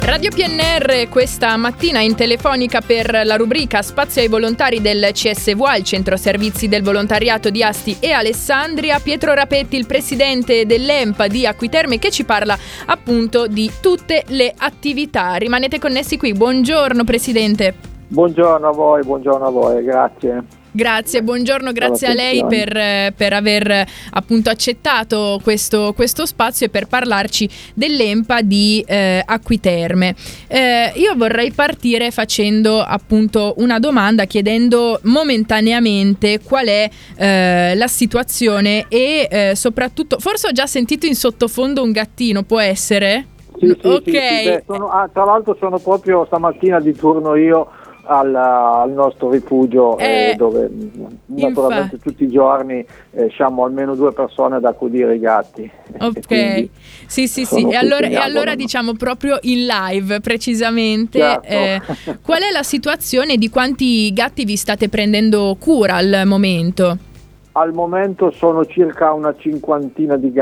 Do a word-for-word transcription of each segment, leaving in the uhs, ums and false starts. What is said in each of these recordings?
Radio P N R questa mattina in telefonica per la rubrica Spazio ai volontari del C S V A, il Centro Servizi del Volontariato di Asti e Alessandria, Pietro Rapetti, il presidente dell'EMPA di Acquiterme, che ci parla appunto di tutte le attività. Rimanete connessi qui. Buongiorno presidente. Buongiorno a voi, buongiorno a voi, grazie. Grazie, buongiorno, grazie a lei per, per aver appunto accettato questo, questo spazio e per parlarci dell'EMPA di eh, Acquiterme. Eh, io vorrei partire facendo appunto una domanda, chiedendo momentaneamente qual è eh, la situazione e eh, soprattutto, forse ho già sentito in sottofondo un gattino, può essere? Sì, sì, ok. Sì, sì, beh, sono, ah, tra l'altro sono proprio stamattina di turno io Al, al nostro rifugio eh, eh, dove naturalmente infa- tutti i giorni eh, siamo almeno due persone ad accudire i gatti. Ok, sì sì sì, e allora, e allora diciamo proprio in live precisamente, certo. eh, qual è la situazione, di quanti gatti vi state prendendo cura al momento? Al momento sono circa una cinquantina di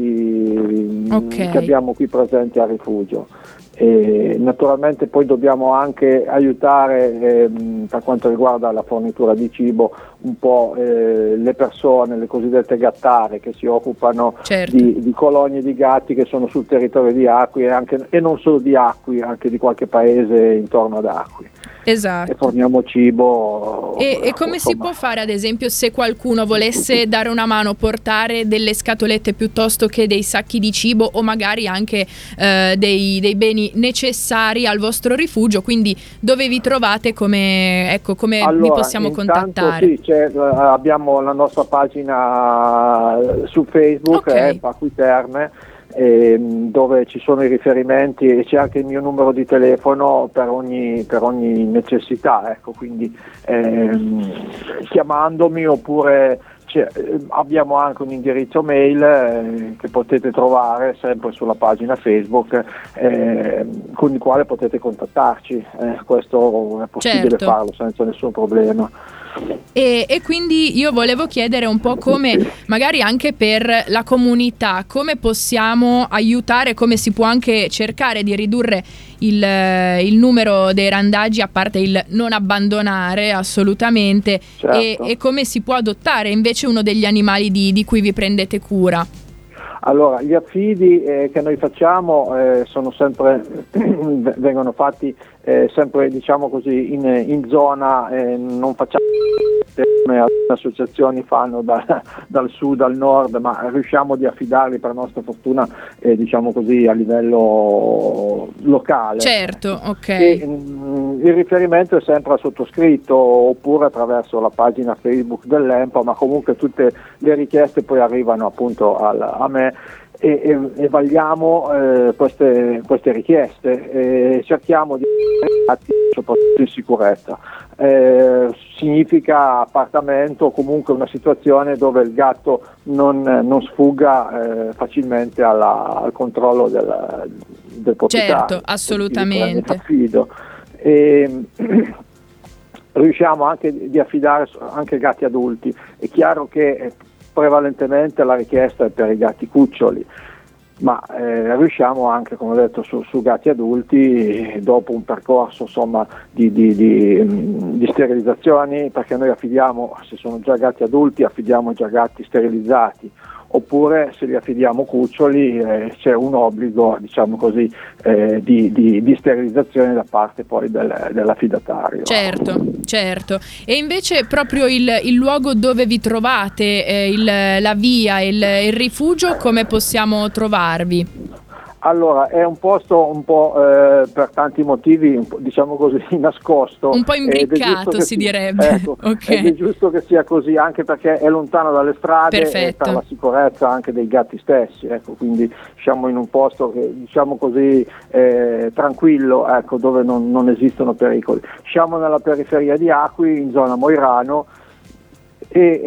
gatti okay. che abbiamo qui presenti al rifugio. E naturalmente poi dobbiamo anche aiutare ehm, per quanto riguarda la fornitura di cibo un po' eh, le persone, le cosiddette gattare, che si occupano certo. di, di colonie di gatti che sono sul territorio di Acqui e, anche, e non solo di Acqui, anche di qualche paese intorno ad Acqui. Esatto. E forniamo cibo. E, e come insomma. si può fare, ad esempio, se qualcuno volesse dare una mano, portare delle scatolette piuttosto che dei sacchi di cibo o magari anche eh, dei, dei beni necessari al vostro rifugio? Quindi dove vi trovate, come, ecco, come allora, vi possiamo intanto, contattare? Sì, c'è, abbiamo la nostra pagina su Facebook, okay. eh, Acquiterme, eh, dove ci sono i riferimenti e c'è anche il mio numero di telefono per ogni, per ogni necessità, ecco, quindi ehm, chiamandomi oppure c'è, abbiamo anche un indirizzo mail eh, che potete trovare sempre sulla pagina Facebook, eh, con il quale potete contattarci, eh, questo è possibile certo. farlo senza nessun problema. E, e quindi io volevo chiedere un po' come, magari anche per la comunità, come possiamo aiutare, come si può anche cercare di ridurre il, il numero dei randagi, a parte il non abbandonare assolutamente, certo. e, e come si può adottare invece uno degli animali di, di cui vi prendete cura. Allora, gli affidi eh, che noi facciamo eh, sono sempre vengono fatti eh, sempre, diciamo così, in, in zona, eh, non facciamo come alcune associazioni fanno da, dal sud al nord, ma riusciamo di affidarli per nostra fortuna eh, diciamo così a livello locale. Certo, ok. E, mh, il riferimento è sempre al sottoscritto oppure attraverso la pagina Facebook dell'EMPA, ma comunque tutte le richieste poi arrivano appunto al, a me e, e, e vagliamo eh, queste, queste richieste e cerchiamo di soprattutto in sicurezza. Eh, significa appartamento o comunque una situazione dove il gatto non, non sfugga eh, facilmente alla, al controllo del, del proprietario. Certo, assolutamente. Affido. E, riusciamo anche di affidare anche gatti adulti. È chiaro che prevalentemente la richiesta è per i gatti cuccioli, ma eh, riusciamo anche, come ho detto, su, su gatti adulti dopo un percorso insomma di, di, di, di sterilizzazioni, perché noi affidiamo, se sono già gatti adulti, affidiamo già gatti sterilizzati, oppure se li affidiamo cuccioli eh, c'è un obbligo, diciamo così, eh, di, di, di sterilizzazione da parte poi del, dell'affidatario. Certo, certo. E invece proprio il, il luogo dove vi trovate, eh, il, la via, il, il rifugio, come possiamo trovarvi? Allora, è un posto un po' eh, per tanti motivi, un po', diciamo così, nascosto. Un po' imbriccato, si si, direbbe. Ecco, okay. Ed è giusto che sia così, anche perché è lontano dalle strade. Perfetto. E per la sicurezza anche dei gatti stessi. Ecco, quindi siamo in un posto che, diciamo così, eh, tranquillo, ecco, dove non, non esistono pericoli. Siamo nella periferia di Acqui, in zona Moirano, e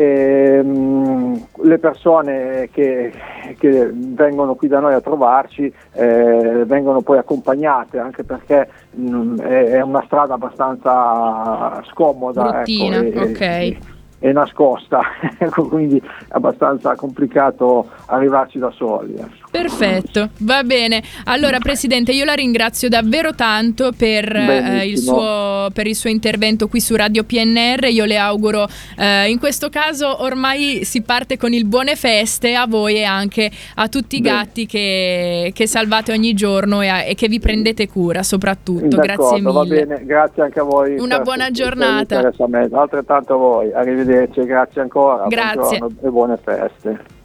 ehm, le persone che, che vengono qui da noi a trovarci eh, vengono poi accompagnate, anche perché mh, è, è una strada abbastanza scomoda, bruttina, ecco, e, ok. e, è nascosta, quindi è abbastanza complicato arrivarci da soli. Perfetto, va bene. Allora Presidente, io la ringrazio davvero tanto per, eh, il suo, per il suo intervento qui su Radio P N R. Io le auguro, eh, in questo caso ormai si parte con il buone feste a voi e anche a tutti i gatti che, che salvate ogni giorno e, a, e che vi prendete cura soprattutto. Grazie mille. Va bene, grazie anche a voi. Una buona giornata. Altrettanto a voi, arrivederci, grazie ancora. Grazie. Buongiorno e buone feste.